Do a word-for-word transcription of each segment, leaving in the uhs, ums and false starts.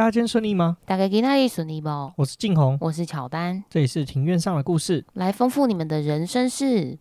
大家今天顺利吗？ 大家今天顺利不？ 我是静红， 我是乔丹， 这里是庭院上的故事， 来丰富你们的人生事。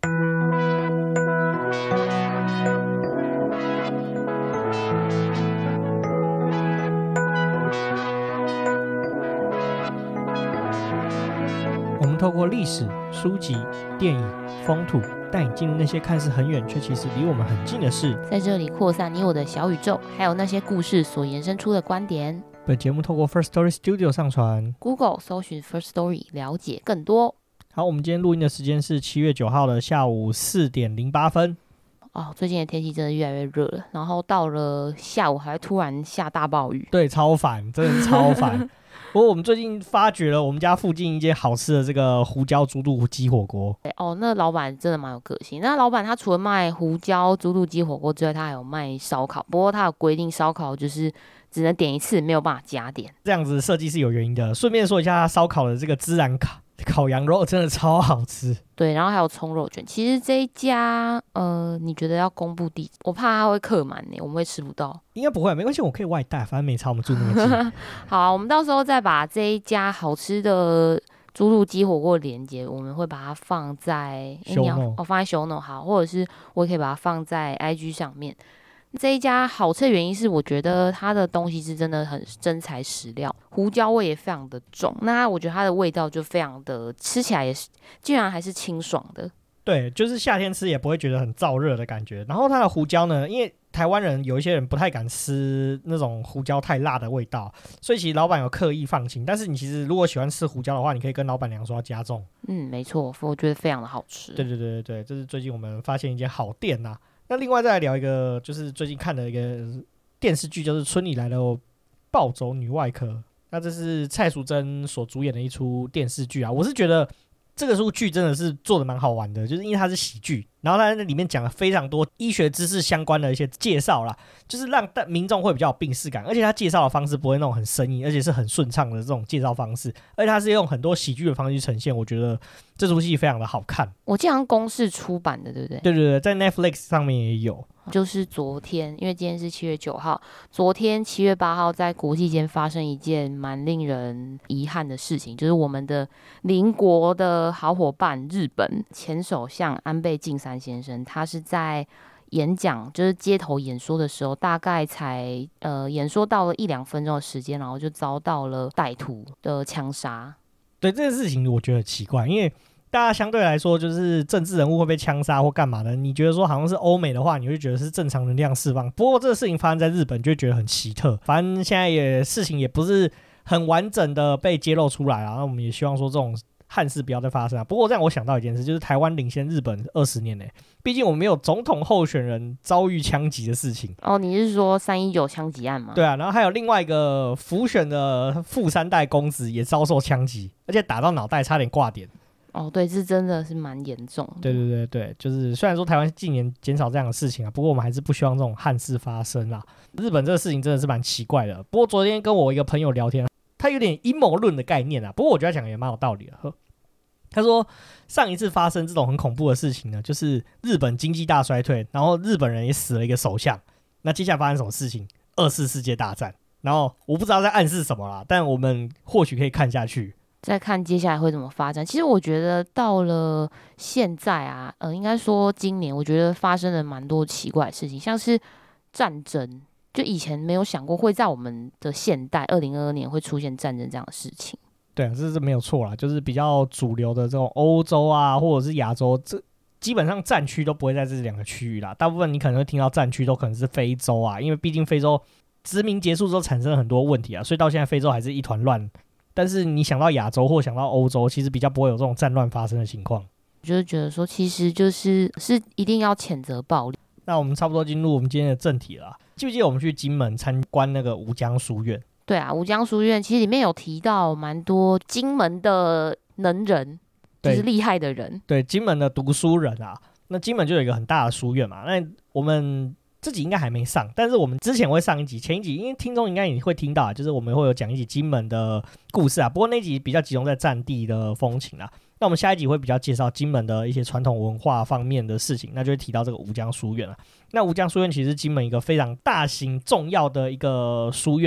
我们透过历史、书籍、电影、风土，带你进入那些看似很远却其实离我们很近的事， 在这里扩散你我的小宇宙，还有那些故事所延伸出的观点。 本节目透过 First Story Studio 上传 Google 搜寻 First Story 了解更多。 好，我们今天录音的时间是七月九号的下午四点零八分。 哦，最近的天气真的越来越热了，然后到了下午还突然下大暴雨。 对，超烦，真的是超烦。不过我们最近发掘了我们家附近一间好吃的这个胡椒猪肚鸡火锅。 对哦，那老板真的蛮有个性。那老板他除了卖胡椒猪肚鸡火锅之外，他还有卖烧烤。不过他有规定烧烤就是只能点一次，没有办法加点。 这样子设计是有原因的。顺便说一下，他烧烤的这个孜然烤烤羊肉真的超好吃。 对，然后还有葱肉卷。其实这一家，呃，你觉得要公布地址？我怕他会客满呢，我们会吃不到。 应该不会，没关系，我可以外带，反正没差，我们住那么近。 好啊，我们到时候再把这一家好吃的猪肚鸡火锅的连结，我们会把它放在 show note 哦，放在 show note 好，或者是我也可以把它放在 I G 上面。这一家好吃的原因是，我觉得它的东西是真的很真材实料，胡椒味也非常的重。那我觉得它的味道就非常的，吃起来也是，竟然还是清爽的。 对，就是夏天吃也不会觉得很燥热的感觉。然后它的胡椒呢，因为台湾人有一些人不太敢吃那种胡椒太辣的味道，所以其实老板有刻意放轻。但是你其实如果喜欢吃胡椒的话，你可以跟老板娘说要加重。 嗯，没错，我觉得非常的好吃。 对对对对对，这是最近我们发现一间好店呐、啊。那另外再来聊一个，就是最近看的一个电视剧，就是《村里来了暴走女外科》。那这是蔡淑臻所主演的一出电视剧啊。我是觉得这个出剧真的是做的蛮好玩的，就是因为它是喜剧，然后它在里面讲了非常多医学知识相关的一些介绍啦，就是让民众会比较有病识感，而且它介绍的方式不会那种很生硬，而且是很顺畅的这种介绍方式，而且它是用很多喜剧的方式去呈现，我觉得这出戏非常的好看。 我记得好像公视出版的，对不对？ 对对对，在 Netflix 上面也有。 就是昨天，因为今天是七月九号，昨天七月八号在国际间发生一件蛮令人遗憾的事情，就是我们的邻国的好伙伴日本前首相安倍晋三先生，他是在演讲，就是街头演说的时候，大概才呃演说到了一两分钟的时间，然后就遭到了歹徒的枪杀。 对这件事情，我觉得很奇怪，因为大家相对来说，就是政治人物会被枪杀或干嘛的，你觉得说好像是欧美的话，你会觉得是正常能量释放。不过这个事情发生在日本，就会觉得很奇特。反正现在也事情也不是很完整的被揭露出来啊，那我们也希望说这种憾事不要再发生啊。不过这样我想到一件事，就是台湾领先日本二十年呢、欸，毕竟我们没有总统候选人遭遇枪击的事情。 哦，你是说三一九枪击案吗？ 对啊，然后还有另外一个辅选的富三代公子也遭受枪击，而且打到脑袋差点挂点。 哦，对，这真的是蛮严重的。 对对对对，就是虽然说台湾近年减少这样的事情啊，不过我们还是不希望这种憾事发生啦。日本这个事情真的是蛮奇怪的。不过昨天跟我一个朋友聊天，他有点阴谋论的概念啊，不过我觉得他讲的也蛮有道理的。他说上一次发生这种很恐怖的事情呢，就是日本经济大衰退，然后日本人也死了一个首相。那接下来发生什么事情？二次世界大战。然后我不知道在暗示什么啦，但我们或许可以看下去。 再看接下来会怎么发展。其实我觉得到了现在啊，呃，应该说今年，我觉得发生了蛮多奇怪的事情，像是战争，就以前没有想过会在我们的现代二零二二年会出现战争这样的事情。 对啊，这是没有错啦，就是比较主流的这种欧洲啊，或者是亚洲，这基本上战区都不会在这两个区域啦。大部分你可能会听到战区都可能是非洲啊，因为毕竟非洲殖民结束之后产生了很多问题啊，所以到现在非洲还是一团乱。但是你想到亚洲或想到欧洲，其实比较不会有这种战乱发生的情况。 我就是觉得说，其实就是是一定要谴责暴力。 那我们差不多进入我们今天的正题了。记不记得我们去金门参观那个吴江书院？ 对啊，吴江书院其实里面有提到蛮多金门的能人，就是厉害的人。 对，金门的读书人啊，那金门就有一个很大的书院嘛。那我们这集应该还没上，但是我们之前会上一集，前一集因为听众应该也会听到，就是我们会有讲一集金门的故事啊。不过那集比较集中在战地的风情啦。那我们下一集会比较介绍金门的一些传统文化方面的事情，那就会提到这个吴江书院了。那吴江书院其实是金门一个非常大型重要的一个书院啊。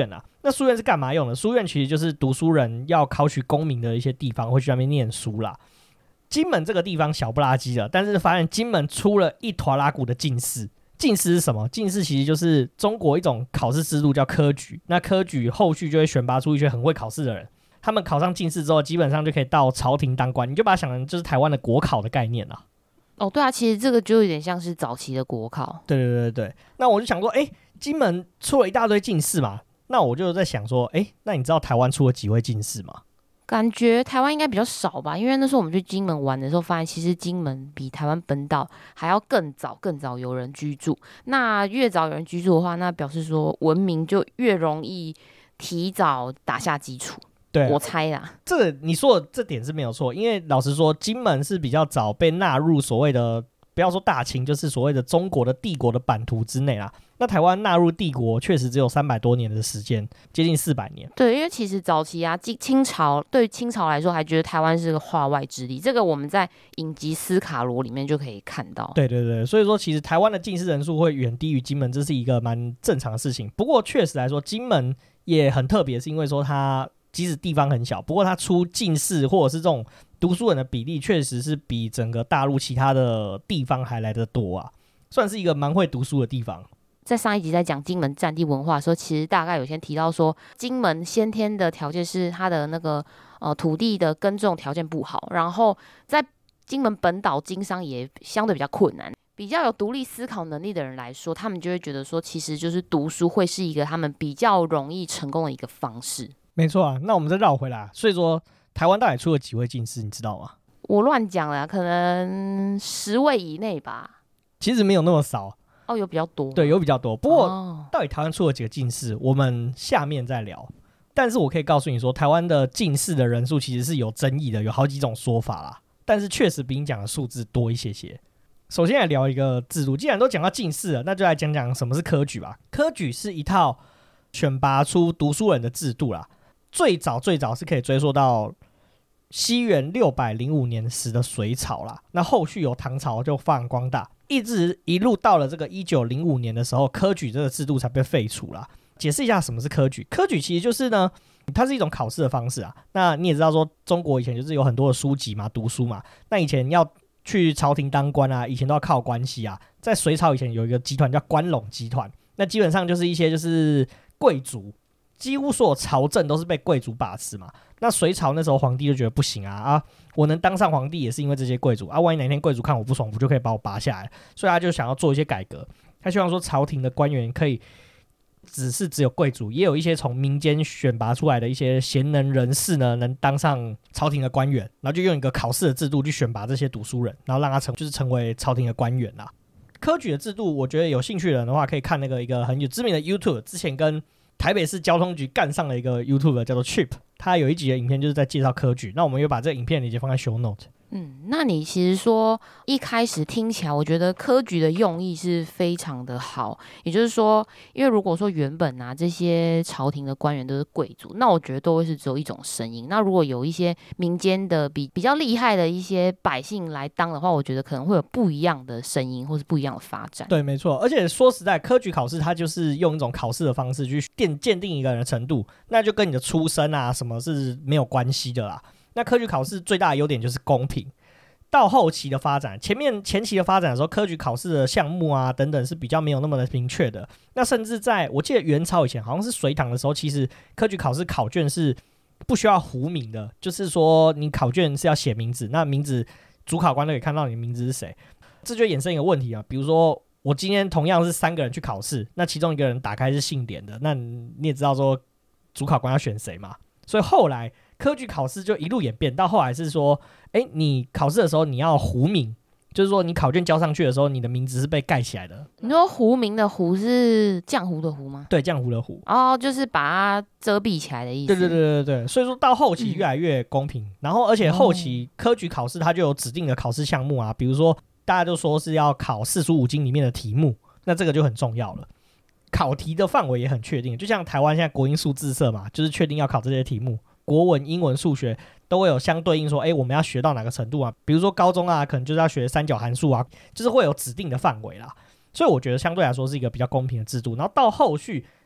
那书院是干嘛用的？书院其实就是读书人要考取功名的一些地方，会去那边念书啦。金门这个地方小不拉几的，但是发现金门出了一坨拉古的进士。进士是什么？进士其实就是中国一种考试制度叫科举，那科举后续就会选拔出一些很会考试的人，他们考上进士之后，基本上就可以到朝廷当官，你就把它想成就是台湾的国考的概念啦。 哦，对啊，其实这个就有点像是早期的国考。 对对对对，那我就想说，哎，金门出了一大堆进士嘛，那我就在想说，哎，那你知道台湾出了几位进士吗？ 感觉台湾应该比较少吧，因为那时候我们去金门玩的时候，发现其实金门比台湾本岛还要更早、更早有人居住。那越早有人居住的话，那表示说文明就越容易提早打下基础。 对， 我猜啦。 这个你说的这点是没有错，因为老实说，金门是比较早被纳入所谓的，不要说大清，就是所谓的中国的帝国的版图之内啦。那台湾纳入帝国确实只有三百多年的时间，接近四百年。 对，因为其实早期啊，清朝对清朝来说还觉得台湾是个化外之地，这个我们在影集《斯卡罗》里面就可以看到。 对对对，所以说其实台湾的进士人数会远低于金门，这是一个蛮正常的事情。不过确实来说，金门也很特别，是因为说它即使地方很小，不过它出进士或者是这种读书人的比例，确实是比整个大陆其他的地方还来得多啊，算是一个蛮会读书的地方。 在上一集在讲金门战地文化的时候，其实大概有先提到说，金门先天的条件是它的那个呃土地的耕种条件不好，然后在金门本岛经商也相对比较困难。比较有独立思考能力的人来说，他们就会觉得说，其实就是读书会是一个他们比较容易成功的一个方式。 没错啊，那我们再绕回来，所以说台湾到底出了几位进士，你知道吗？ 我乱讲了，可能十位以内吧。 其实没有那么少。 哦，有比较多， 对，有比较多。不过、 哦、 到底台湾出了几个进士，我们下面再聊。但是我可以告诉你说，台湾的进士的人数其实是有争议的，有好几种说法啦。但是确实比你讲的数字多一些些。首先来聊一个制度，既然都讲到进士了，那就来讲讲什么是科举吧。科举是一套选拔出读书人的制度啦，最早最早是可以追溯到西元六百零五年时的隋朝啦，那后续有唐朝就发扬光大，一直一路到了这个一九零五年的时候，科举这个制度才被废除啦。解释一下什么是科举，科举其实就是呢，它是一种考试的方式啊。那你也知道说，中国以前就是有很多的书籍嘛，读书嘛，那以前要去朝廷当官啊，以前都要靠关系啊。在隋朝以前有一个集团叫关陇集团，那基本上就是一些就是贵族，几乎所有朝政都是被贵族把持嘛。那隋朝那时候皇帝就觉得不行啊啊，我能当上皇帝也是因为这些贵族啊，万一哪天贵族看我不爽，不就可以把我拔下来？所以他就想要做一些改革，他希望说朝廷的官员可以只是只有贵族，也有一些从民间选拔出来的一些贤能人士呢，能当上朝廷的官员，然后就用一个考试的制度去选拔这些读书人，然后让他成就是成为朝廷的官员啦。科举的制度，我觉得有兴趣的人的话，可以看那个一个很有知名的 YouTube， 之前跟台北市交通局干上了一个 YouTube 叫做 Chip， 他有一集的影片就是在介绍科举，那我们又把这个影片链接放在 Show Note。 嗯，那你其实说一开始听起来，我觉得科举的用意是非常的好，也就是说，因为如果说原本啊这些朝廷的官员都是贵族，那我觉得都会是只有一种声音。那如果有一些民间的比比较厉害的一些百姓来当的话，我觉得可能会有不一样的声音，或是不一样的发展。 对，没错。而且说实在，科举考试它就是用一种考试的方式去鉴鉴定一个人的程度，那就跟你的出身啊什么是没有关系的啦。那科举考试最大的优点就是公平。到后期的发展，前面前期的发展的时候，科举考试的项目啊等等是比较没有那么的明确的。那甚至在我记得元朝以前，好像是隋唐的时候，其实科举考试考卷是不需要糊名的，就是说你考卷是要写名字，那名字主考官都可以看到你的名字是谁。这就衍生一个问题啊，比如说我今天同样是三个人去考试，那其中一个人打开是姓连的，那你也知道说主考官要选谁嘛，所以后来科举考试就一路演变到后来是说，哎，你考试的时候你要糊名，就是说你考卷交上去的时候，你的名字是被盖起来的。 你说糊名的糊是浆糊的糊吗？ 对，浆糊的糊。 哦，就是把它遮蔽起来的意思。 对对对对对，所以说到后期越来越公平，嗯、然后而且后期科举考试它就有指定的考试项目啊，比如说大家就说是要考四书五经里面的题目，那这个就很重要了。考题的范围也很确定，就像台湾现在国英数自社嘛，就是确定要考这些题目。国文、英文、数学都会有相对应说，哎，我们要学到哪个程度啊？比如说高中啊，可能就是要学三角函数啊，就是会有指定的范围啦。所以我觉得相对来说是一个比较公平的制度。然后到后续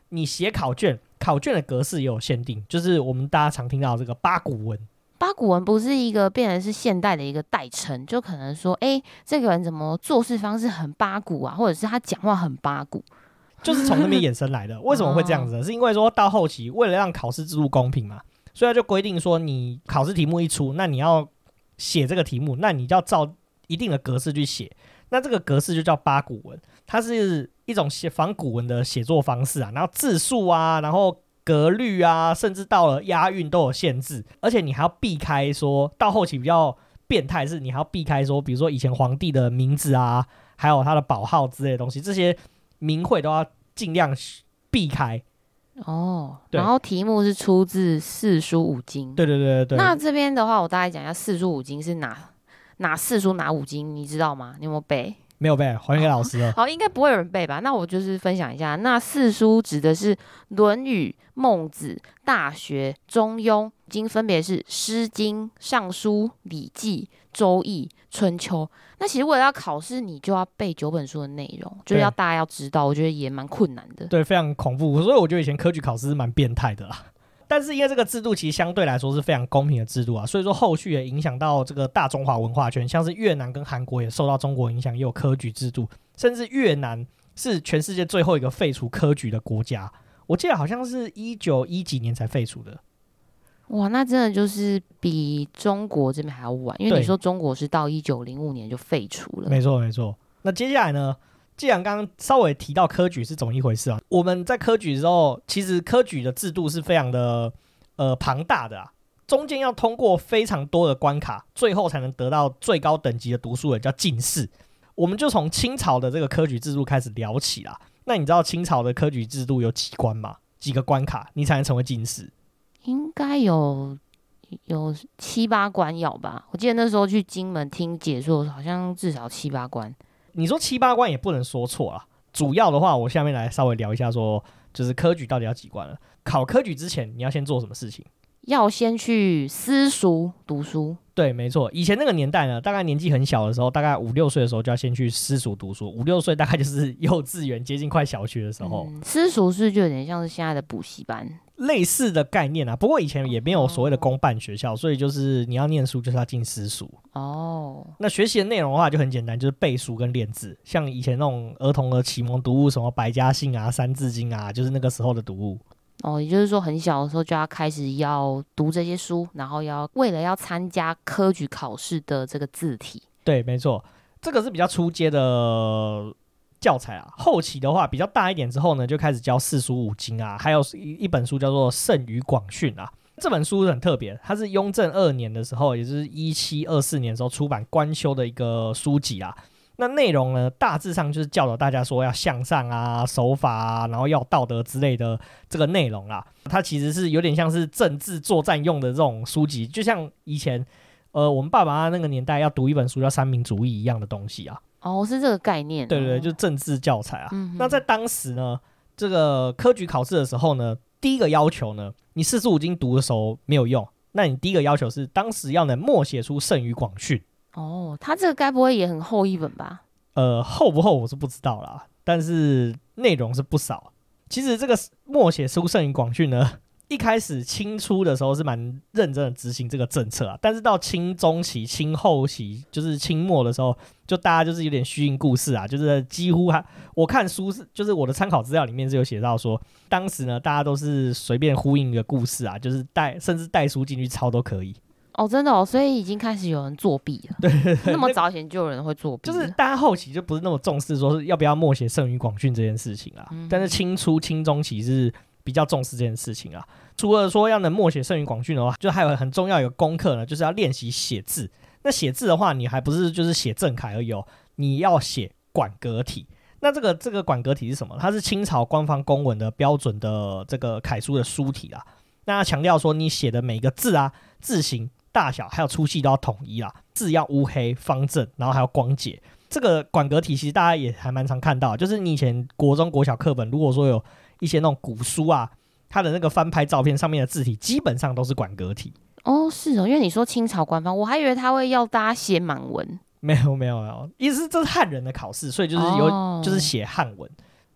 你写考卷，考卷的格式也有限定，就是我们大家常听到这个八股文。 八股文不是一个变成是现代的一个代称，就可能说，哎、欸，这个人怎么做事方式很八股啊，或者是他讲话很八股， 就是从那边衍生来的。为什么会这样子呢？是因为说到后期，为了让考试制度公平嘛，所以他就规定说，你考试题目一出，那你要写这个题目，那你就要照一定的格式去写。那这个格式就叫八股文，它是一种仿古文的写作方式啊，然后字数啊，然后格律啊，甚至到了押韵都有限制，而且你还要避开说，到后期比较变态是，你还要避开说，比如说以前皇帝的名字啊，还有他的宝号之类的东西，这些名讳都要尽量避开。 哦，然后题目是出自四书五经。 对对对对。 那这边的话，我大概讲一下四书五经是哪哪四书哪五经，你知道吗？你有没有背？ 没有背，还给老师了。 好，应该不会有人背吧？那我就是分享一下，那四书指的是《论语》、孟子、大学、中庸，经分别是《诗经》、《尚书》、《礼记》、《周易》、《春秋》。那其实为了要考试，你就要背九本书的内容，就是要大家要知道，我觉得也蛮困难的。 对，非常恐怖。所以我觉得以前科举考试是蛮变态的啦。但是因为这个制度其实相对来说是非常公平的制度啊，所以说后续也影响到这个大中华文化圈，像是越南跟韩国也受到中国影响，也有科举制度，甚至越南是全世界最后一个废除科举的国家，我记得好像是一九一几年才废除的。 哇，那真的就是比中国这边还要晚，因为你说中国是到一九零五年就废除了。 没错没错。那接下来呢？既然刚刚稍微提到科举是怎么一回事啊，我们在科举的时候，其实科举的制度是非常的呃庞大的啊，中间要通过非常多的关卡，最后才能得到最高等级的读书人，叫进士。我们就从清朝的这个科举制度开始聊起啦。那你知道清朝的科举制度有几关吗？几个关卡你才能成为进士？ 应该有有七八关要吧？我记得那时候去金门听解说，好像至少七八关。 你说七八关也不能说错啦。主要的话，我下面来稍微聊一下说，就是科举到底要几关了。考科举之前，你要先做什么事情？ 要先去私塾读书。 对，没错。以前那个年代呢，大概年纪很小的时候，大概五六岁的时候就要先去私塾读书。五六岁大概就是幼稚园接近快小学的时候。 嗯、私塾是就有点像是现在的补习班。 类似的概念啊，不过以前也没有所谓的公办学校，所以就是你要念书就是要进私塾哦。那学习的内容的话就很简单，就是背书跟练字，像以前那种儿童的启蒙读物，什么百家姓啊、三字经啊，就是那个时候的读物。 哦，也就是说很小的时候就要开始要读这些书，然后要为了要参加科举考试的这个字体。 对，没错，这个是比较初阶的教材啊。后期的话比较大一点之后呢，就开始教四书五经啊，还有一本书叫做《圣禹广训》啊。这本书很特别，它是雍正二年的时候，也就是一七二四年的时候出版官修的一个书籍啊。那内容呢，大致上就是教导大家说要向上啊、守法啊，然后要道德之类的这个内容啦。它其实是有点像是政治作战用的这种书籍，就像以前呃我们爸爸那个年代要读一本书叫三民主义一样的东西啊。 哦，是这个概念、哦。 对对对，就是政治教材啊。 嗯、 那在当时呢，这个科举考试的时候呢，第一个要求呢，你四书五经读的时候没有用，那你第一个要求是当时要能默写出《圣禹广训》。 哦，他这个该不会也很厚一本吧？ 呃，厚不厚我是不知道啦，但是内容是不少。其实这个默写出《圣禹广训》呢，一开始清初的时候是蛮认真的执行这个政策啊，但是到清中期、清后期，就是清末的时候，就大家就是有点虚应故事啊，就是几乎还我看书是，就是我的参考资料里面是有写到说，当时呢大家都是随便呼应一个故事啊，就是带甚至带书进去抄都可以。 哦，真的哦，所以已经开始有人作弊了。 对对对， 那么早以前就有人会作弊， 就是大家后期就不是那么重视说是要不要默写《圣禹广训》这件事情啊、嗯。但是清初、清中期是比较重视这件事情啊。除了说要能默写《圣禹广训》的话，就还有很重要一个功课呢，就是要练习写字。那写字的话，你还不是就是写正楷而已哦，你要写馆阁体。那这个这个馆阁体是什么？它是清朝官方公文的标准的这个楷书的书体啦。那强调说你写的每个字啊，字形、大小还有粗细都要统一啦，字要乌黑方正，然后还要光洁。这个馆阁体其实大家也还蛮常看到，就是你以前国中国小课本如果说有一些那种古书啊，它的那个翻拍照片上面的字体基本上都是馆阁体。 哦，是哦，因为你说清朝官方，我还以为他会要大家写满文。 没有没有没有，意思是这是汉人的考试，所以就是有、哦、就是写汉文。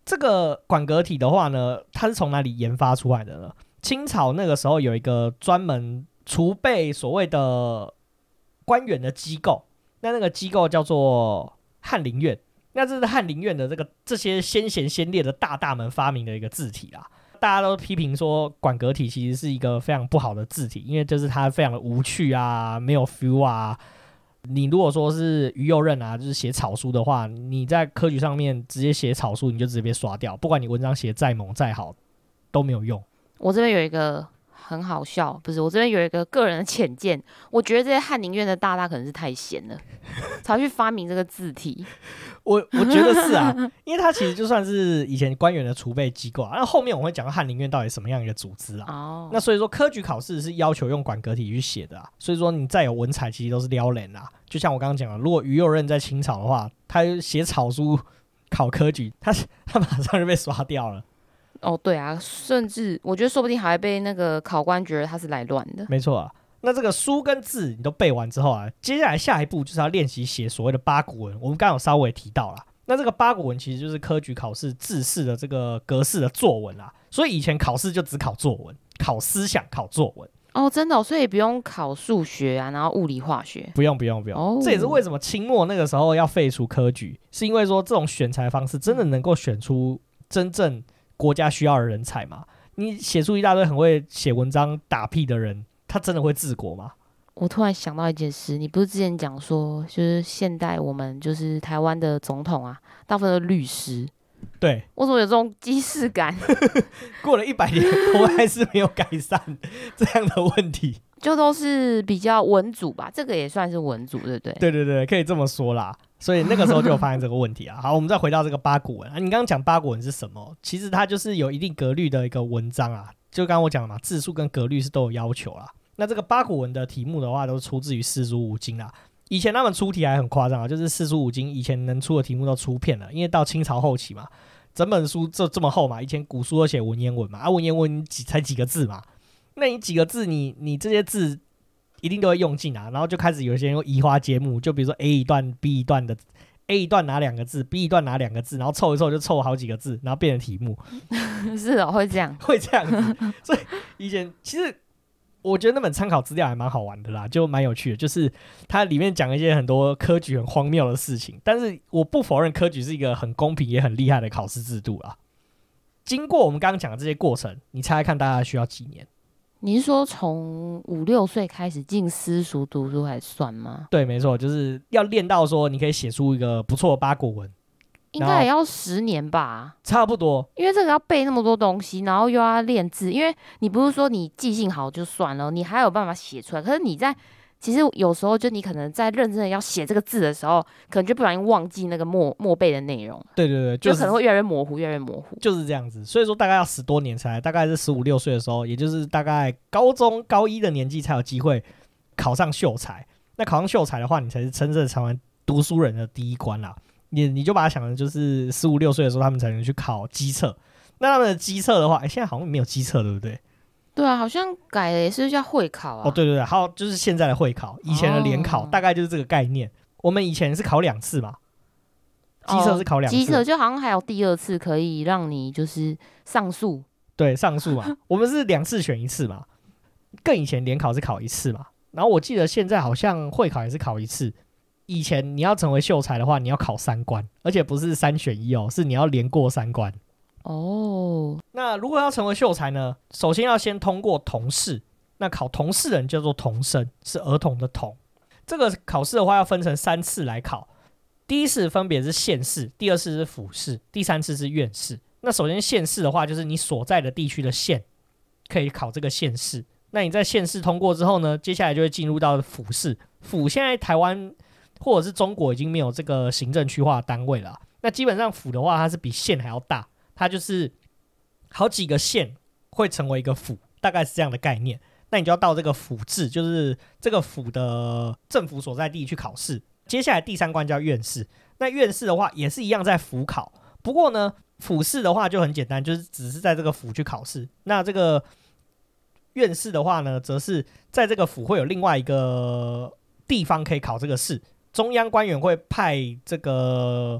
这个管阁体的话呢，它是从哪里研发出来的呢？清朝那个时候有一个专门储备所谓的官员的机构，那那个机构叫做翰林院。那这是翰林院的这个这些先贤先烈的大大们发明的一个字体啦。大家都批评说管阁体其实是一个非常不好的字体，因为就是它非常的无趣啊，没有 feel 啊。你如果说是于右任啊，就是写草书的话，你在科举上面直接写草书，你就直接被刷掉，不管你文章写再猛再好都没有用。 我这边有一个很好笑，不是，我这边有一个个人的浅见，我觉得这些翰林院的大大可能是太闲了，才去发明这个字体。 我我觉得是啊，因为它其实就算是以前官员的储备机构啊，那后面我会讲到翰林院到底什么样一个组织啊。 哦， 那所以说科举考试是要求用管阁体去写的啊，所以说你再有文采，其实都是撩人啊。就像我刚刚讲的，如果于右任在清朝的话，他写草书考科举，他他马上就被刷掉了。 哦，对啊，甚至我觉得说不定还会被那个考官觉得他是来乱的。 没错啊。那这个书跟字你都背完之后啊，接下来下一步就是要练习写所谓的八股文。我们刚刚有稍微提到啦，那这个八股文其实就是科举考试制式的这个格式的作文啦。所以以前考试就只考作文，考思想，考作文。 哦，真的、哦，所以不用考数学啊，然后物理化学， 不用不用不用、 哦、 这也是为什么清末那个时候要废除科举，是因为说这种选材方式真的能够选出真正国家需要的人才吗？你写出一大堆很会写文章打屁的人，他真的会治国吗？ 我突然想到一件事，你不是之前讲说，就是现代我们就是台湾的总统啊，大部分都是律师。 对， 我怎么有这种既视感？ 过了一百年，我们还是没有改善这样的问题， 就都是比较文组吧，这个也算是文组，对不对？ 对对对，可以这么说啦。所以那个时候就有发现这个问题啊。好，我们再回到这个八股文啊，你刚刚讲八股文是什么？其实它就是有一定格律的一个文章啊，就刚刚我讲的嘛，字数跟格律是都有要求啦。那这个八股文的题目的话，都是出自于四书五经啦。以前他们出题还很夸张啊，就是四书五经以前能出的题目都出遍了，因为到清朝后期嘛，整本书就这么厚嘛，以前古书都写文言文嘛，啊文言文几才几个字嘛，那你几个字你你这些字一定都会用尽啊，然后就开始有些人用移花接木，就比如说 A 一段 B 一段的 A 一段拿两个字 B 一段拿两个字，然后凑一凑就凑好几个字，然后变成题目。 是哦，会这样会这样子。所以以前其实我觉得那本参考资料还蛮好玩的啦，就蛮有趣的，就是它里面讲一些很多科举很荒谬的事情，但是我不否认科举是一个很公平也很厉害的考试制度啦。经过我们刚刚讲的这些过程，你猜猜看大概需要几年？ 你是说从五六岁开始进私塾读书还算吗？ 对，没错，就是要练到说你可以写出一个不错的八股文， 应该也要十年吧， 差不多。 因为这个要背那么多东西，然后又要练字，因为你不是说你记性好就算了，你还有办法写出来。可是你在其实有时候就你可能在认真的要写这个字的时候，可能就不小心忘记那个默默背的内容。 对对对， 就是、就可能会越来越模糊，越来越模糊， 就是这样子。所以说大概要十多年才，大概是十五六岁的时候，也就是大概高中高一的年纪才有机会考上秀才。那考上秀才的话，你才是真正成为读书人的第一关啦。你你就把它想成就是十五六岁的时候，他们才能去考基测。那他们的基测的话，哎、欸，现在好像没有基测，对不对？ 对啊，好像改了，也是叫会考啊。 哦，对对对，还有就是现在的会考，以前的联考、哦、大概就是这个概念。我们以前是考两次嘛，基测是考两次， 基测就好像还有第二次可以让你就是上诉。 对，上诉嘛，我们是两次选一次嘛。更以前联考是考一次嘛，然后我记得现在好像会考也是考一次。以前你要成为秀才的话，你要考三关，而且不是三选一哦，是你要连过三关。哦，那如果要成为秀才呢，首先要先通过童试。那考童试的人叫做童生，是儿童的童。这个考试的话要分成三次来考，第一次分别是县试，第二次是府试，第三次是院试。那首先县试的话，就是你所在的地区的县可以考这个县试。那你在县试通过之后呢，接下来就会进入到府试。府现在台湾或者是中国已经没有这个行政区划的单位了。那基本上府的话，它是比县还要大，它就是好几个县会成为一个府，大概是这样的概念。那你就要到这个府治，就是这个府的政府所在地去考试。接下来第三关叫院试，那院试的话也是一样在府考，不过呢，府试的话就很简单，就是只是在这个府去考试。那这个院试的话呢，则是在这个府会有另外一个地方可以考这个试，中央官员会派这个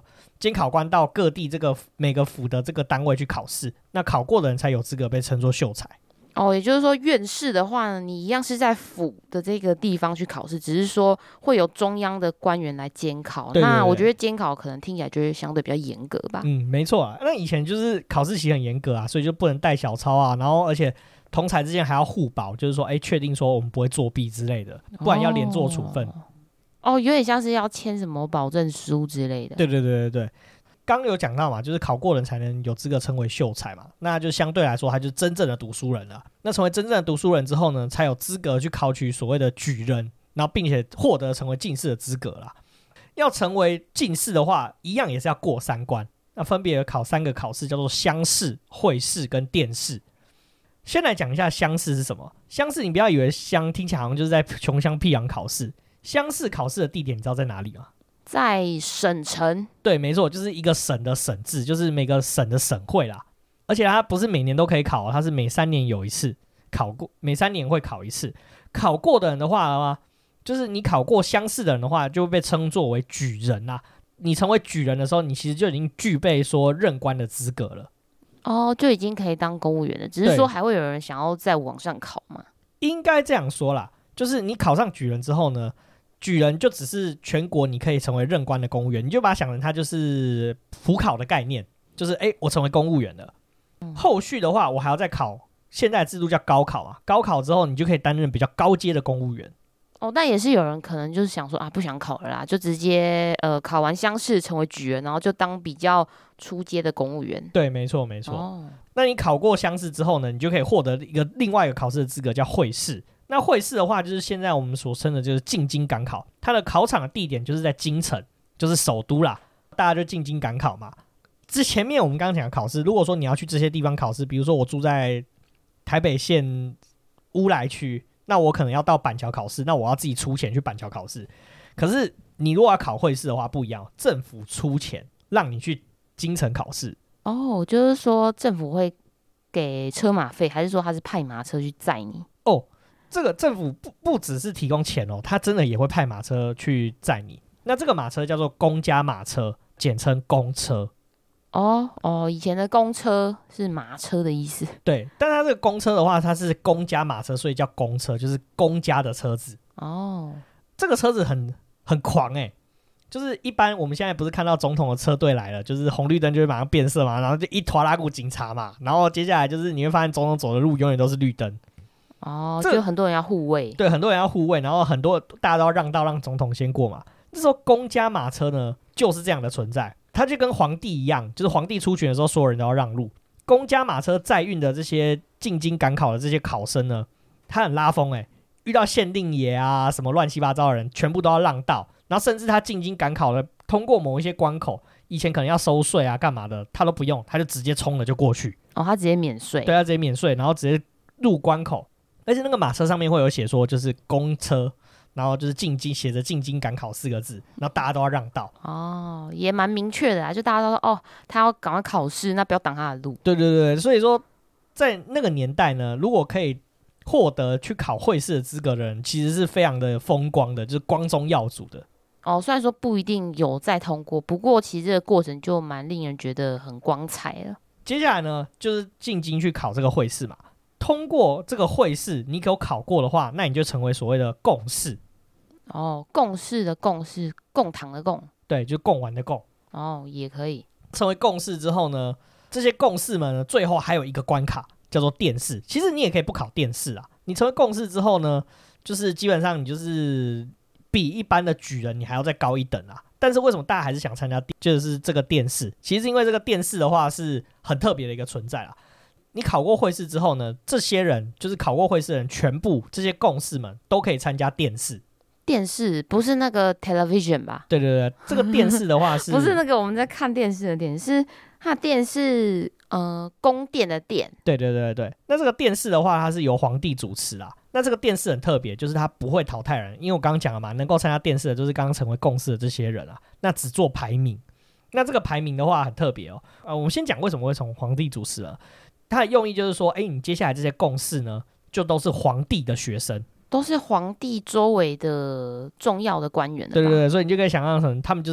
监考官到各地这个每个府的这个单位去考试，那考过的人才有资格被称作秀才。 哦，也就是说院士的话呢，你一样是在府的这个地方去考试，只是说会有中央的官员来监考。 对对对， 那我觉得监考可能听起来就会相对比较严格吧。 嗯，没错啊。那以前就是考试期很严格啊，所以就不能带小抄啊，然后而且同才之间还要互保，就是说，哎，确定说我们不会作弊之类的，不然要连坐处分。 哦哦，有点像是要签什么保证书之类的。 对对对对对，刚有讲到嘛，就是考过人才能有资格称为秀才嘛，那就相对来说他就是真正的读书人了。那成为真正的读书人之后呢，才有资格去考取所谓的举人，然后并且获得成为进士的资格啦。要成为进士的话，一样也是要过三关，那分别考三个考试，叫做乡试、会试跟殿试。先来讲一下乡试是什么。乡试你不要以为乡听起来好像就是在穷乡僻壤考试，乡试考试的地点你知道在哪里吗？ 在省城。 对，没错，就是一个省的省制，就是每个省的省会啦。而且它不是每年都可以考，它是每三年有一次考过，每三年会考一次。考过的人的话，就是你考过乡试的人的话，就会被称作为举人啦。你成为举人的时候，你其实就已经具备说任官的资格了。 哦，就已经可以当公务员了，只是说还会有人想要再往上考吗？ 应该这样说啦，就是你考上举人之后呢，举人就只是全国你可以成为任官的公务员，你就把它想成它就是普考的概念，就是哎，我成为公务员了。嗯、后续的话，我还要再考，现在的制度叫高考啊，高考之后你就可以担任比较高阶的公务员。 哦，但也是有人可能就是想说啊，不想考了啦，就直接呃考完乡试成为举人，然后就当比较初阶的公务员。 对，没错没错。 哦， 那你考过乡试之后呢，你就可以获得一个另外一个考试的资格，叫会试。那会试的话，就是现在我们所称的就是进京赶考，它的考场的地点就是在京城，就是首都啦，大家就进京赶考嘛。之前面我们刚刚讲的考试，如果说你要去这些地方考试，比如说我住在台北县乌来区，那我可能要到板桥考试，那我要自己出钱去板桥考试。可是你如果要考会试的话不一样，政府出钱让你去京城考试。 哦，就是说政府会给车马费，还是说他是派马车去载你？ 哦，这个政府 不, 不只是提供钱哦，他真的也会派马车去载你。那这个马车叫做公家马车，简称公车。 哦哦，以前的公车是马车的意思。 对，但它这个公车的话，它是公家马车，所以叫公车，就是公家的车子。 哦， 这个车子很很狂哎、欸，就是一般我们现在不是看到总统的车队来了，就是红绿灯就会马上变色嘛，然后就一拖拉股警察嘛，然后接下来就是你会发现总统走的路永远都是绿灯。 哦，就很多人要护卫。 对，很多人要护卫，然后很多大家都要让道让总统先过嘛。那时候公家马车呢就是这样的存在。它就跟皇帝一样，就是皇帝出巡的时候，所有人都要让路。公家马车载运的这些进京赶考的这些考生呢，他很拉风哎、欸，遇到县令爷啊什么乱七八糟的人，全部都要让道。然后甚至他进京赶考了，通过某一些关口，以前可能要收税啊干嘛的，他都不用，他就直接冲了就过去。 哦，他直接免税。 对，他直接免税，然后直接入关口。而且那个马车上面会有写说，就是公车。然后就是进京，写着进京赶考四个字，然后大家都要让道。 哦，也蛮明确的啦，就大家都说哦，他要赶快考试，那不要挡他的路。 对对对，所以说在那个年代呢，如果可以获得去考会试的资格的人，其实是非常的风光的，就是光宗耀祖的。 哦，虽然说不一定有再通过，不过其实这个过程就蛮令人觉得很光彩了。 接下来呢，就是进京去考这个会试嘛。通过这个会试，你有考过的话，那你就成为所谓的贡士。 哦，贡士的贡是贡糖的贡， 对，就贡丸的贡。 哦，也可以成为贡士之后呢，这些贡士们呢，最后还有一个关卡叫做殿试。其实你也可以不考殿试啊，你成为贡士之后呢，就是基本上你就是比一般的举人你还要再高一等啊。但是为什么大家还是想参加，就是这个殿试？其实因为这个殿试的话是很特别的一个存在啦。你考过会试之后呢，这些人就是考过会试的人，全部这些贡士们都可以参加殿试。 电视不是那个 television 吧？ 对对对，这个电视的话是不是那个我们在看电视的电视，是它的电视呃宫殿的殿。 对对对对，那这个电视的话，它是由皇帝主持啦。那这个电视很特别，就是它不会淘汰人，因为我刚刚讲了嘛，能够参加电视的就是刚刚成为贡士的这些人啊，那只做排名。那这个排名的话很特别哦，呃，我们先讲为什么会从皇帝主持了。它的用意就是说，哎，你接下来这些贡士呢，就都是皇帝的学生。 都是皇帝周围的重要的官员了吧？ 对对对，所以你就可以想象成他们就是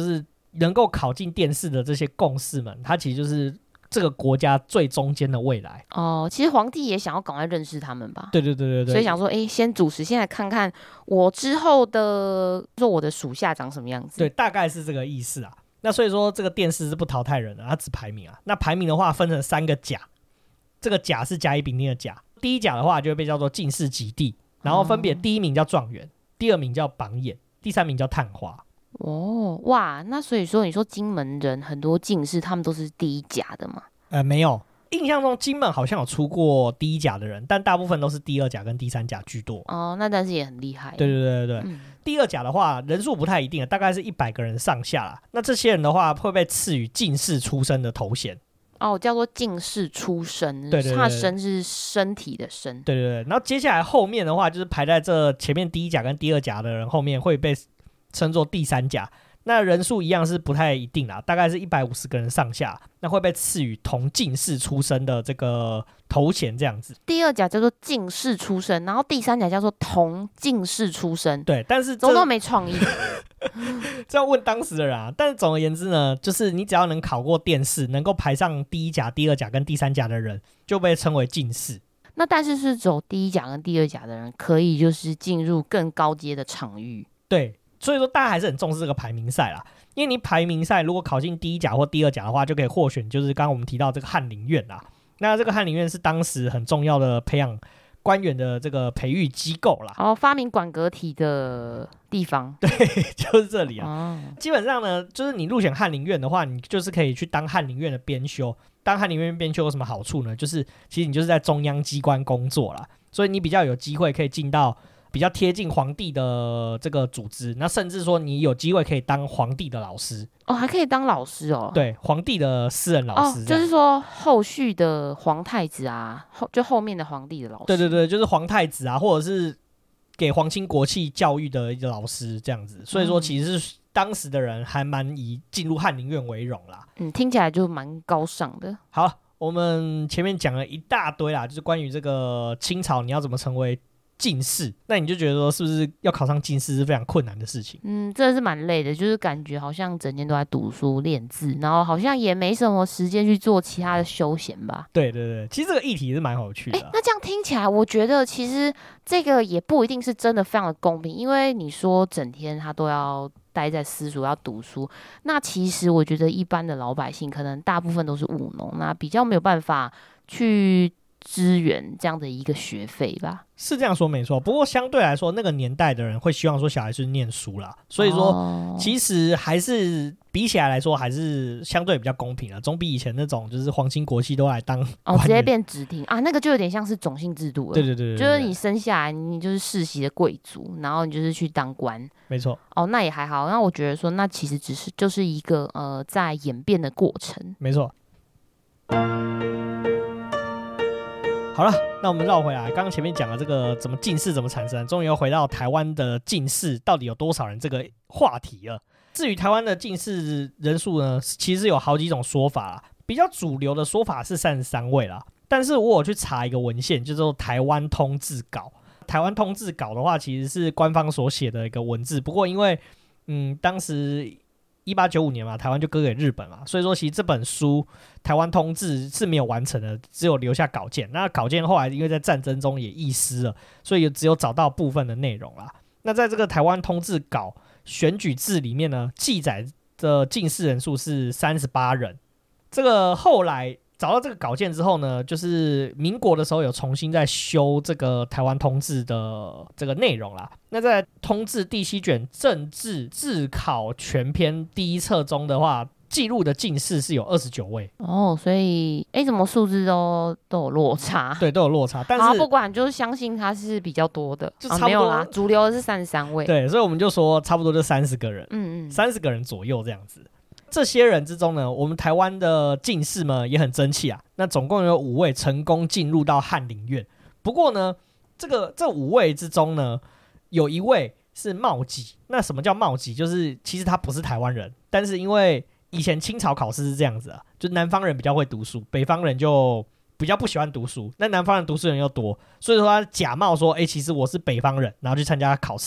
能够考进殿试的这些贡士们，他其实就是这个国家最中间的未来。 哦，其实皇帝也想要赶快认识他们吧？ 对对对对对， 所以想说，哎，先主持，先来看看我之后的，说我的属下长什么样子。 对，大概是这个意思啊。那所以说这个殿试是不淘汰人的，它只排名啊。那排名的话分成三个甲，这个甲是甲乙丙丁的甲。第一甲的话就会被叫做进士及第，然后分别第一名叫状元，第二名叫榜眼，第三名叫探花。 哦，哇，那所以说你说金门人很多进士，他们都是第一甲的吗？ 呃，没有，印象中金门好像有出过第一甲的人，但大部分都是第二甲跟第三甲居多。 哦，那但是也很厉害。 对对对对对、嗯，第二甲的话人数不太一定，大概是一百个人上下啦。那这些人的话会被赐予进士出身的头衔。 哦，叫做进士出身，对对对，他的身是身体的身。 对对对，然后接下来后面的话，就是排在这前面第一甲跟第二甲的人后面会被称作第三甲。那人数一样是不太一定啦，大概是一百五十个人上下，那会被赐予同进士出身的这个头衔这样子。 第二甲叫做进士出身，然后第三甲叫做同进士出身。 对，但是总都没创意。 这要问当时的人啊，但是总而言之呢，就是你只要能考过殿试，能够排上第一甲、第二甲跟第三甲的人，就被称为进士。 那但是是走第一甲跟第二甲的人，可以就是进入更高阶的场域。 对。所以说大家还是很重视这个排名赛啦，因为你排名赛如果考进第一甲或第二甲的话，就可以获选就是刚刚我们提到这个翰林院啦。那这个翰林院是当时很重要的培养官员的这个培育机构啦。 哦，发明管阁体的地方。 对，就是这里啊、 哦。 基本上呢，就是你入选翰林院的话，你就是可以去当翰林院的编修。当翰林院编修有什么好处呢？就是其实你就是在中央机关工作啦，所以你比较有机会可以进到比较贴近皇帝的这个组织，那甚至说你有机会可以当皇帝的老师哦，还可以当老师哦。 对，皇帝的私人老师、 哦，就是说后续的皇太子啊，后就后面的皇帝的老师。 对对对，就是皇太子啊，或者是给皇亲国戚教育的一个老师这样子。所以说，其实是当时的人还蛮以进入翰林院为荣啦。 嗯，听起来就蛮高尚的。 好，我们前面讲了一大堆啦，就是关于这个清朝你要怎么成为进士，那你就觉得说是不是要考上进士是非常困难的事情？ 嗯，真的是蛮累的，就是感觉好像整天都在读书练字，然后好像也没什么时间去做其他的休闲吧。 对对对，其实这个议题是蛮有趣的、啊。 那这样听起来，我觉得其实这个也不一定是真的非常的公平，因为你说整天他都要待在私塾要读书，那其实我觉得一般的老百姓可能大部分都是务农，那比较没有办法去支援这样的一个学费吧。 是这样说没错，不过相对来说那个年代的人会希望说小孩是念书啦，所以说、哦、其实还是比起来来说还是相对比较公平啦，总比以前那种就是皇亲国戚都来当哦直接变直厅啊，那个就有点像是种姓制度了。 对对 对, 对, 对, 对， 就是你生下来你就是世袭的贵族，然后你就是去当官， 没错。 哦，那也还好。那我觉得说那其实只是就是一个呃在演变的过程， 没错。好了，那我们绕回来，刚刚前面讲了这个怎么进士怎么产生，终于又回到台湾的进士到底有多少人这个话题了。至于台湾的进士人数呢，其实有好几种说法啦，比较主流的说法是三十三位啦，但是我有去查一个文献，叫做台湾通志稿。台湾通志稿的话，其实是官方所写的一个文字，不过因为嗯当时一八九五年嘛，台湾就割给日本嘛，所以说其实这本书台湾通志是没有完成的，只有留下稿件。那稿件后来因为在战争中也遗失了，所以只有找到部分的内容啦。那在这个台湾通志稿选举制里面呢，记载的进士人数是三十八人。这个后来找到这个稿件之后呢，就是民国的时候有重新在修这个台湾通志的这个内容啦。那在通志第七卷政治自考全篇第一册中的话，记录的进士是有二十九位哦，所以哎，怎么数字都都有落差？ 对，都有落差。但是不管，就是相信它是比较多的， 就差不多、 啊、没有啦，主流的是三十三位。 对，所以我们就说差不多就三十个人， 嗯嗯， 三十个人左右这样子。这些人之中呢，我们台湾的进士们也很争气啊。那总共有五位成功进入到翰林院。不过呢，这个这五位之中呢，有一位是冒籍。那什么叫冒籍？就是其实他不是台湾人，但是因为以前清朝考试是这样子啊，就南方人比较会读书，北方人就比较不喜欢读书。那南方人读书人又多，所以说他假冒说，哎、欸，其实我是北方人，然后去参加考试。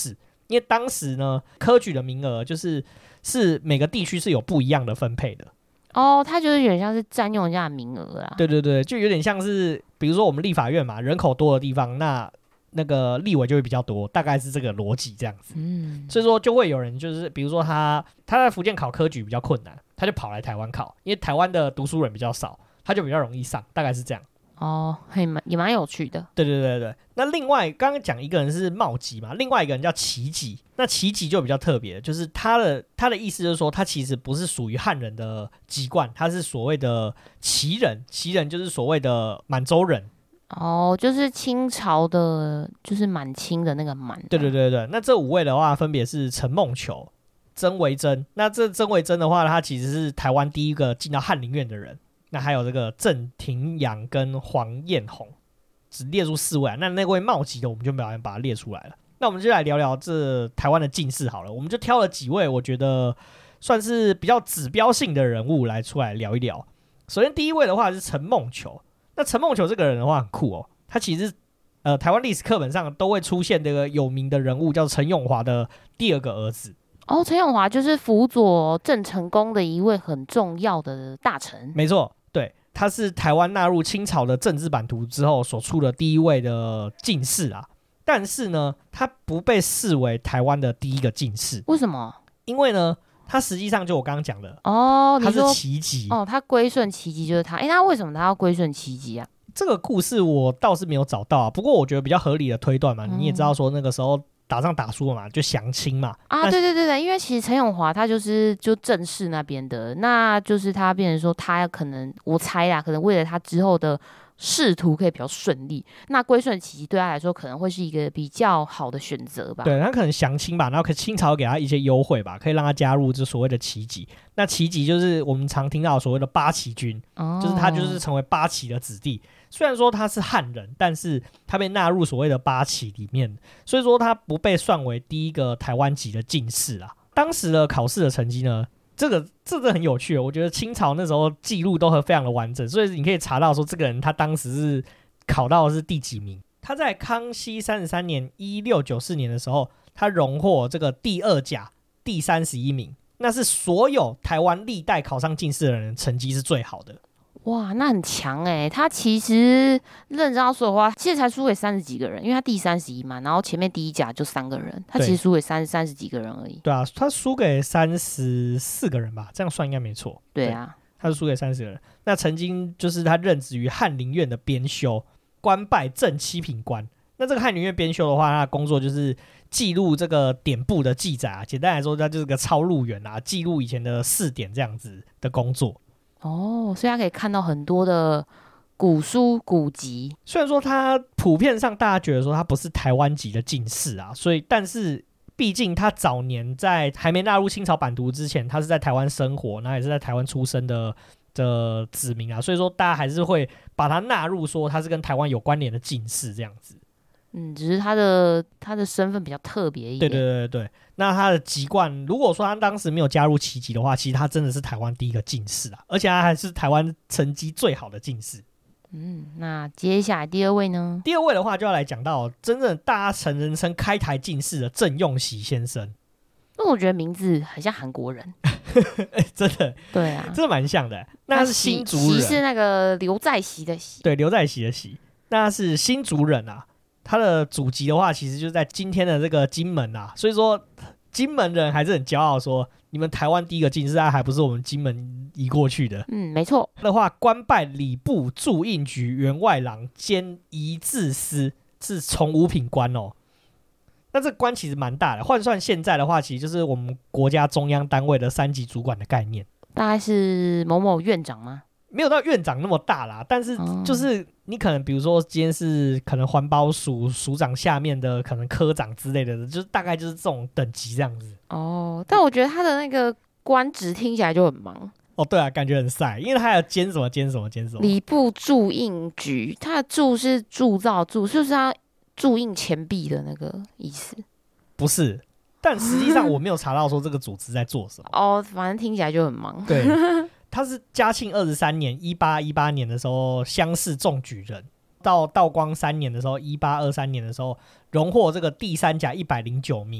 因为当时呢科举的名额就是是每个地区是有不一样的分配的。 哦，他就是有点像是占用人家的名额啦。 对对对，就有点像是比如说我们立法院嘛，人口多的地方，那那个立委就会比较多，大概是这个逻辑这样子。嗯，所以说就会有人就是比如说他他在福建考科举比较困难，他就跑来台湾考，因为台湾的读书人比较少，他就比较容易上，大概是这样。 哦，也蛮也蛮有趣的。 对对对对，那另外刚刚讲一个人是茂吉嘛，另外一个人叫齐吉。那齐吉就比较特别，就是他的他的意思就是说，他其实不是属于汉人的籍贯，他是所谓的齐人。齐人就是所谓的满洲人。 哦，就是清朝的，就是满清的那个满。 对对对对，那这五位的话，分别是陈梦球、曾维珍。那这曾维珍的话，他其实是台湾第一个进到翰林院的人。那还有这个郑廷阳跟黄彦宏，只列出四位、啊、那那位茂吉的我们就没有把它列出来了。那我们就来聊聊这台湾的进士好了，我们就挑了几位我觉得算是比较指标性的人物来出来聊一聊。首先第一位的话是陈梦球。那陈梦球这个人的话很酷哦，他其实呃台湾历史课本上都会出现这个有名的人物，叫陈永华的第二个儿子。 哦，陈永华就是辅佐郑成功的一位很重要的大臣。 没错，对，他是台湾纳入清朝的政治版图之后所出的第一位的进士啊。但是呢，他不被视为台湾的第一个进士。 为什么？ 因为呢，他实际上就我刚刚讲的哦， 他是齐吉哦，他归顺齐吉就是他。哎，那为什么他要归顺齐吉啊？ 这个故事我倒是没有找到啊，不过我觉得比较合理的推断嘛，嗯、你也知道说那个时候打仗打输了嘛，就降清嘛。 啊，对对对对，因为其实陈永华他就是就正式那边的，那就是他变成说他可能我猜啦，可能为了他之后的仕途可以比较顺利，那归顺齐吉对他来说可能会是一个比较好的选择吧。 对，他可能降清吧，然后可清朝给他一些优惠吧，可以让他加入这所谓的齐吉。那齐吉就是我们常听到所谓的八旗军，哦、就是他就是成为八旗的子弟。虽然说他是汉人，但是他被纳入所谓的八旗里面，所以说他不被算为第一个台湾籍的进士啊。当时的考试的成绩呢，这个这个很有趣，我觉得清朝那时候记录都非常的完整，所以你可以查到说这个人他当时是考到的是第几名。他在康熙三十三年一六九四年的时候，他荣获这个第二甲第三十一名，那是所有台湾历代考上进士的人成绩是最好的。 哇，那很强哎、欸！他其实认真要说的话，其实才输给三十几个人，因为他第三十一嘛，然后前面第一甲就三个人，他其实输给三三十几个人而已。 对啊，他输给三十四个人吧，这样算应该没错。 对啊， 对，他是输给三十个人。那曾经就是他任职于翰林院的编修，官拜正七品官。那这个翰林院编修的话，他的工作就是记录这个典部的记载啊，简单来说，他就是个抄录员啊，记录以前的事典这样子的工作。 哦，所以他可以看到很多的古书古籍。 虽然说他普遍上大家觉得说他不是台湾籍的进士啊，所以但是毕竟他早年在还没纳入清朝版图之前，他是在台湾生活，然后也是在台湾出生的的子民啊，所以说大家还是会把他纳入说他是跟台湾有关联的进士这样子。 嗯，只是他的他的身份比较特别一点。 对对对对，那他的籍贯，如果说他当时没有加入旗籍的话，其实他真的是台湾第一个进士啊，而且他还是台湾成绩最好的进士。 嗯，那接下来第二位呢？ 第二位的话就要来讲到真正大家成人称开台进士的郑用锡先生。 那我觉得名字很像韩国人。 欸、真的， 对啊， 真的蛮像的。那他是新竹人， 锡是那个刘在锡的锡， 对，刘在锡的锡。那他是新竹人啊。他的祖籍的话，其实就是在今天的这个金门啊，所以说金门人还是很骄傲说，你们台湾第一个进士还不是我们金门移过去的。 嗯，没错。 的话，官拜礼部驻印局员外郎兼仪制司，是从五品官哦。那这个官其实蛮大的，换算现在的话，其实就是我们国家中央单位的三级主管的概念。 大概是某某院长吗？ 没有到院长那么大啦，但是就是你可能比如说今天是可能环保署署长下面的可能科长之类的，就是大概就是这种等级这样子。 哦，但我觉得他的那个官职听起来就很忙。 哦，对啊，感觉很晒，因为他还有兼什么兼什么兼什么。 礼部驻印局，他的驻是铸造铸，是不是他铸印钱币的那个意思？ 不是，但实际上我没有查到说这个组织在做什么。 哦，反正听起来就很忙。 对。他是嘉庆二十三年一八一八年的时候乡试中举人，到道光三年的时候一八二三年的时候荣获这个第三甲一百零九名，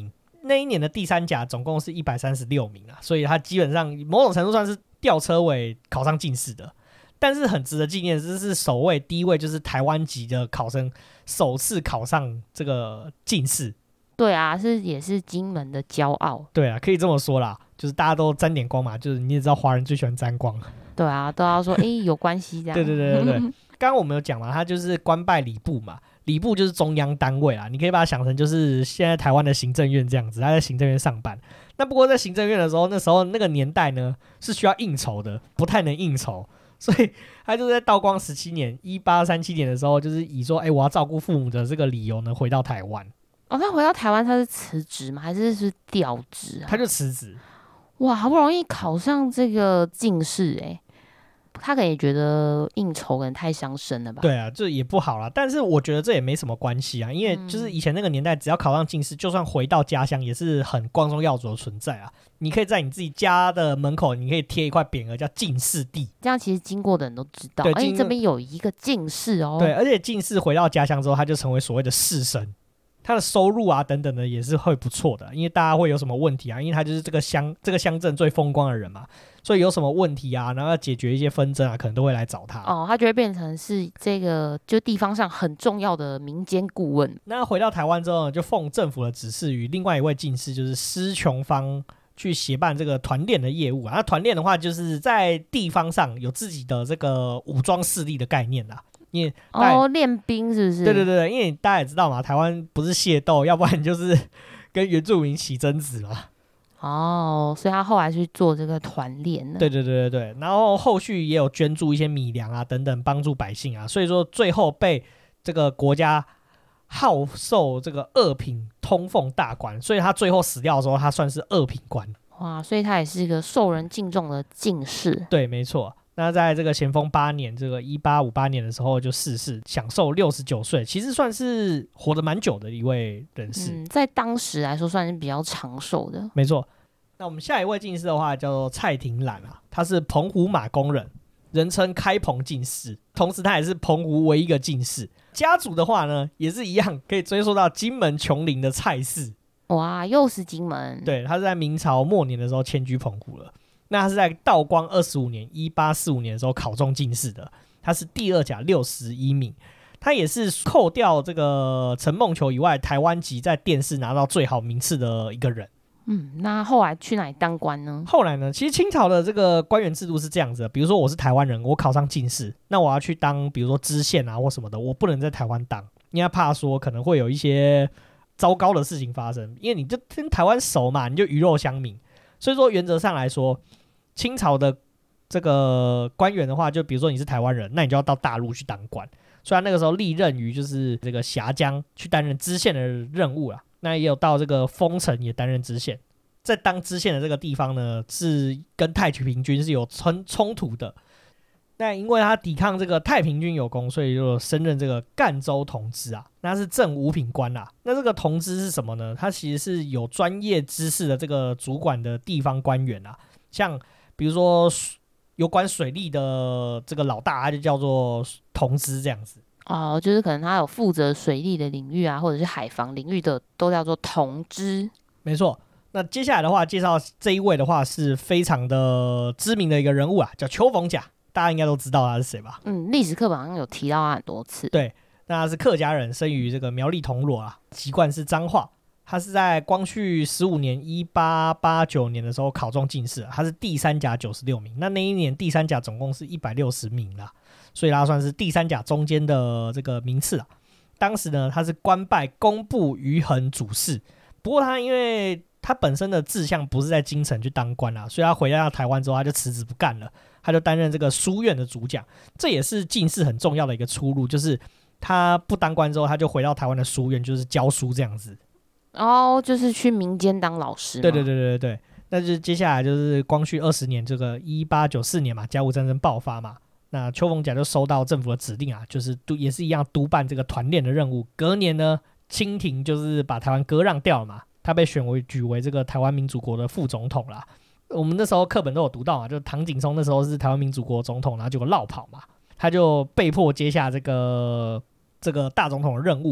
那一年的第三甲总共是一百三十六名啊，所以他基本上某种程度上是吊车尾考上进士的。但是很值得纪念的是，是首位第一位就是台湾籍的考生首次考上这个进士。 对啊，是也是金门的骄傲。 对啊，可以这么说啦，就是大家都沾点光嘛，就是你也知道华人最喜欢沾光。 对啊，都要说哎、欸、有关系这样。 对对对对对，刚刚我们有讲嘛，他就是官拜礼部嘛，礼部就是中央单位啦，你可以把它想成就是现在台湾的行政院这样子，他在行政院上班。那不过在行政院的时候，那时候那个年代呢是需要应酬的，不太能应酬，所以他就在道光十七年一八三七年的时候，就是以说哎、欸、我要照顾父母的这个理由呢，回到台湾。 哦，他回到台湾他是辞职吗？还是是调职啊？ 他就辞职。 哇，好不容易考上这个进士哎、欸。他可能也觉得应酬可能太伤身了吧？ 对啊，这也不好啦。但是我觉得这也没什么关系啊，因为就是以前那个年代，只要考上进士，就算回到家乡也是很光宗耀祖的存在啊。你可以在你自己家的门口，你可以贴一块匾额叫进士第， 这样其实经过的人都知道，哎、欸，这边有一个进士哦。 对，而且进士回到家乡之后，他就成为所谓的士绅。他的收入啊等等的也是会不错的，因为大家会有什么问题啊，因为他就是这个乡这个乡镇最风光的人嘛，所以有什么问题啊，然后要解决一些纷争啊，可能都会来找他。 哦，他就会变成是这个就地方上很重要的民间顾问。 那回到台湾之后呢，就奉政府的指示，与另外一位进士就是施琼芳去协办这个团练的业务啊。那团练的话，就是在地方上有自己的这个武装势力的概念啦。因为哦，练兵是不是？ 对对对，因为大家也知道嘛，台湾不是械斗，要不然就是跟原住民起争执嘛。 哦，所以他后来去做这个团练了。 对对对对对，然后后续也有捐助一些米粮啊等等，帮助百姓啊。所以说最后被这个国家号授这个二品通奉大官，所以他最后死掉的时候，他算是二品官。 哇，所以他也是一个受人敬重的进士。 对，没错。那在这个咸丰八年，这个一八五八年的时候就逝世，享寿六十九岁，其实算是活得蛮久的一位人士。 嗯，在当时来说算是比较长寿的。 没错。那我们下一位进士的话叫做蔡廷览啊，他是澎湖马公人，人称开澎进士，同时他也是澎湖唯一一个进士。家族的话呢，也是一样，可以追溯到金门琼林的蔡氏。 哇，又是金门。 对，他是在明朝末年的时候迁居澎湖了。那他是在道光二十五年一八四五年的时候考中进士的，他是第二甲六十一名。他也是扣掉这个陈梦球以外，台湾籍在殿试拿到最好名次的一个人。 嗯，那后来去哪里当官呢？ 后来呢，其实清朝的这个官员制度是这样子的，比如说我是台湾人，我考上进士，那我要去当比如说知县啊或什么的，我不能在台湾当，因为怕说可能会有一些糟糕的事情发生，因为你就跟台湾熟嘛，你就鱼肉乡民。所以说原则上来说，清朝的这个官员的话，就比如说你是台湾人，那你就要到大陆去当官。所以他那个时候历任于就是这个峡江去担任知县的任务啦，那也有到这个丰城也担任知县。在当知县的这个地方呢，是跟太平军是有冲冲突的。那因为他抵抗这个太平军有功，所以就升任这个赣州同知啊，那是正五品官啦。那这个同知是什么呢？他其实是有专业知识的这个主管的地方官员啊，像比如说有管水利的这个老大，他就叫做同知这样子。 哦，就是可能他有负责水利的领域啊，或者是海防领域的，都叫做同知。 没错。那接下来的话，介绍这一位的话是非常的知名的一个人物啊，叫邱逢甲。大家应该都知道他是谁吧？ 嗯，历史课本好像有提到他很多次。 对，那他是客家人，生于这个苗栗铜锣啊，籍贯是彰化。他是在光绪十五年一八八九年的时候考中进士，他是第三甲九十六名。那那一年第三甲总共是一百六十名啦，所以他算是第三甲中间的这个名次啊。当时呢，他是官拜工部余衡主事，不过他因为他本身的志向不是在京城去当官啊，所以他回到台湾之后他就辞职不干了，他就担任这个书院的主讲。这也是进士很重要的一个出路，就是他不当官之后他就回到台湾的书院，就是教书这样子。 哦，就是去民间当老师吗？ 对对对对对，那就是接下来就是光绪二十年，这个一八九四年嘛，甲午战争爆发嘛，那邱逢甲就收到政府的指令啊，就是也是一样督办这个团练的任务。隔年呢，清廷就是把台湾割让掉了嘛，他被选为举为这个台湾民主国的副总统啦。我们那时候课本都有读到嘛，就唐景崧那时候是台湾民主国总统，然后结果落跑嘛，他就被迫接下这个这个大总统的任务啦。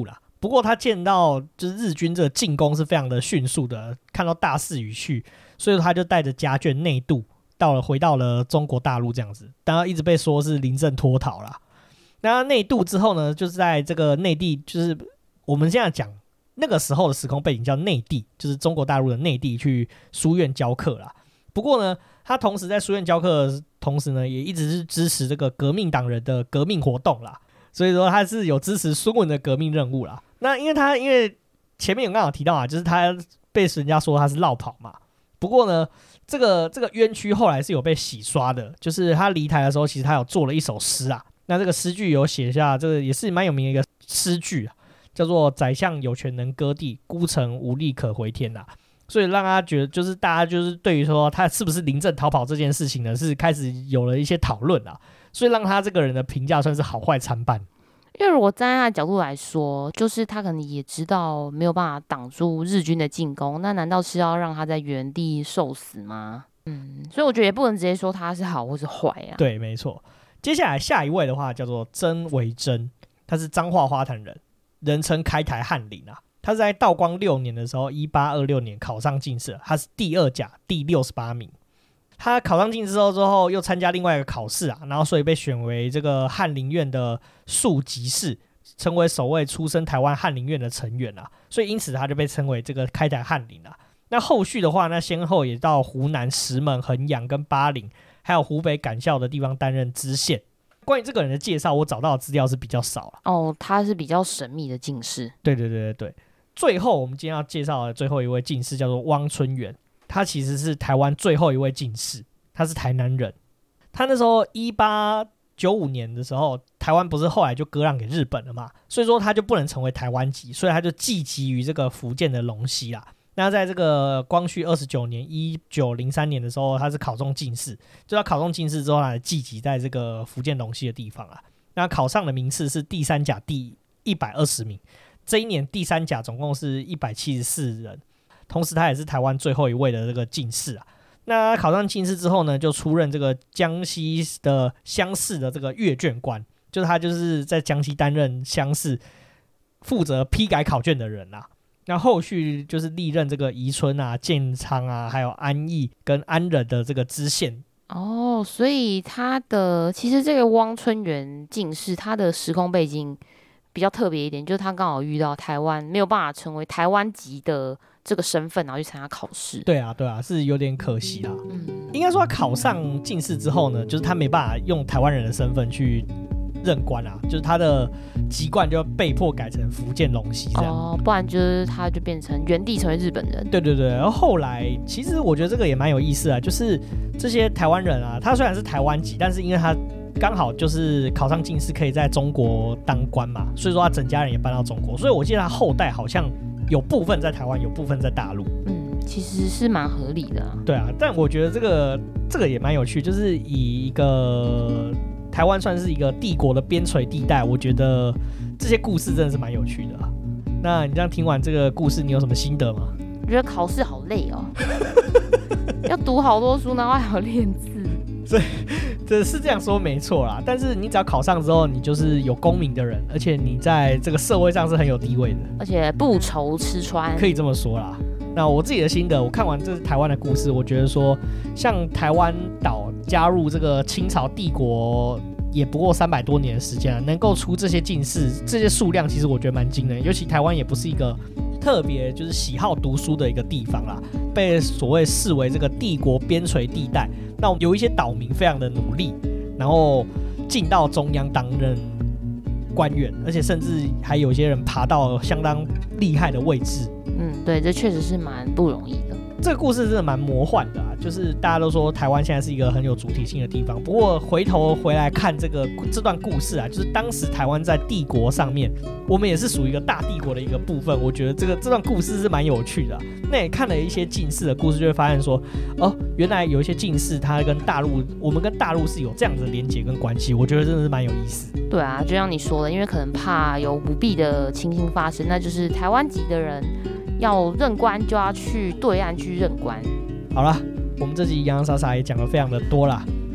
不过他见到就是日军这个进攻是非常的迅速的，看到大势已去，所以他就带着家眷内渡到了回到了中国大陆这样子，当然一直被说是临阵脱逃啦。那内渡之后呢，就是在这个内地，就是我们现在讲那个时候的时空背景叫内地，就是中国大陆的内地去书院教课啦。不过呢，他同时在书院教课的同时呢，也一直是支持这个革命党人的革命活动啦，所以说他是有支持孙文的革命任务啦。那因为他因为前面有刚好提到啊，就是他被人家说他是落跑嘛。不过呢，这个这个冤屈后来是有被洗刷的，就是他离台的时候，其实他有做了一首诗啊。那这个诗句有写下，这个也是蛮有名的一个诗句啊，叫做“宰相有权能割地，孤城无力可回天”啊。所以让他觉得，就是大家就是对于说他是不是临阵逃跑这件事情呢，是开始有了一些讨论啊。所以让他这个人的评价算是好坏参半。 因为如果站在他的角度来说，就是他可能也知道没有办法挡住日军的进攻，那难道是要让他在原地受死吗？嗯，所以我觉得也不能直接说他是好或是坏啊。 对，没错。接下来下一位的话叫做曾维珍，他是彰化花坛人，人称开台翰林啊。他是在道光六年的时候，一八二六年考上进士，他是第二甲第六十八名。他考上进士之后，又参加另外一个考试啊，然后所以被选为这个翰林院的庶吉士，成为首位出身台湾翰林院的成员啊，所以因此他就被称为这个开台翰林啊。那后续的话，那先后也到湖南石门、衡阳跟巴陵，还有湖北赶校的地方担任知县。关于这个人的介绍，我找到的资料是比较少了。 哦，他是比较神秘的进士。 对对对对对。最后我们今天要介绍的最后一位进士叫做汪春元，他其实是台湾最后一位进士，他是台南人。他那时候一八九五年的时候，台湾不是后来就割让给日本了嘛，所以说他就不能成为台湾籍，所以他就寄籍于这个福建的龙溪啦。那在这个光绪二十九年一九零三年的时候，他是考中进士，就他考中进士之后，他寄籍在这个福建龙溪的地方啊。那考上的名次是第三甲第一百二十名，这一年第三甲总共是一百七十四人，同时他也是台湾最后一位的这个进士啊。那考上进士之后呢，就出任这个江西的乡试的这个阅卷官，就是他就是在江西担任乡试，负责批改考卷的人啊。那后续就是历任这个宜春啊、建昌啊，还有安义跟安仁的这个知县。 哦，所以他的其实这个汪春元进士，他的时空背景比较特别一点，就是他刚好遇到台湾没有办法成为台湾籍的这个身份，然后去参加考试。 对啊，对啊，是有点可惜啦。 嗯， 应该说他考上进士之后呢，就是他没办法用台湾人的身份去任官啊，就是他的籍贯就被迫改成福建龙溪这样。 哦，不然就是他就变成原地成为日本人。 对对对，然后后来其实我觉得这个也蛮有意思啊，就是这些台湾人啊，他虽然是台湾籍，但是因为他刚好就是考上进士，可以在中国当官嘛，所以说他整家人也搬到中国，所以我记得他后代好像有部分在台湾，有部分在大陆。 嗯，其实是蛮合理的啊。 对啊，但我觉得这个这个也蛮有趣，就是以一个台湾算是一个帝国的边陲地带，我觉得这些故事真的是蛮有趣的啊。那你这样听完这个故事，你有什么心得吗？ 我觉得考试好累哦，要读好多书，然后还要练字。 所以这是这样说没错啦，但是你只要考上之后，你就是有功名的人，而且你在这个社会上是很有地位的， 而且不愁吃穿， 可以这么说啦。那我自己的心得，我看完这是台湾的故事，我觉得说，像台湾岛加入这个清朝帝国也不过三百多年的时间啊，能够出这些进士，这些数量其实我觉得蛮惊人。尤其台湾也不是一个特别就是喜好读书的一个地方啦，被所谓视为这个帝国边陲地带。那有一些岛民非常的努力，然后进到中央担任官员，而且甚至还有一些人爬到相当厉害的位置。 嗯，对，这确实是蛮不容易的。 这个故事真的蛮魔幻的啊，就是大家都说台湾现在是一个很有主体性的地方，不过回头回来看这个这段故事啊，就是当时台湾在帝国上面，我们也是属于一个大帝国的一个部分，我觉得这个这段故事是蛮有趣的啊。那也看了一些进士的故事，就会发现说，哦，原来有一些进士他跟大陆，我们跟大陆是有这样子的连结跟关系，我觉得真的是蛮有意思。 对啊，就像你说的，因为可能怕有不必的情形发生，那就是台湾籍的人要任官就要去对岸去任官。 好了，我们这集洋洋洒洒也讲了非常的多啦。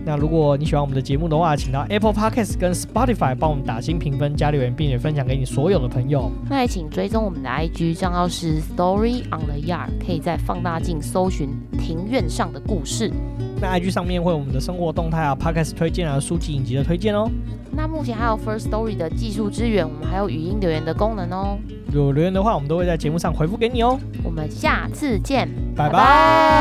那如果你喜欢我们的节目的话，请到 Apple Podcast 跟 Spotify 帮我们打新评分加留言，并且分享给你所有的朋友。 那也请追踪我们的 I G 账号是 Story on the Yard， 可以在放大镜搜寻庭院上的故事。 那 I G 上面会有我们的生活动态啊、Podcast 推荐啊、书籍影集的推荐哦。 那目前还有 First Story 的技术支援，我们还有语音留言的功能哦。 有留言的话，我们都会在节目上回复给你哦。 我们下次见， 拜拜。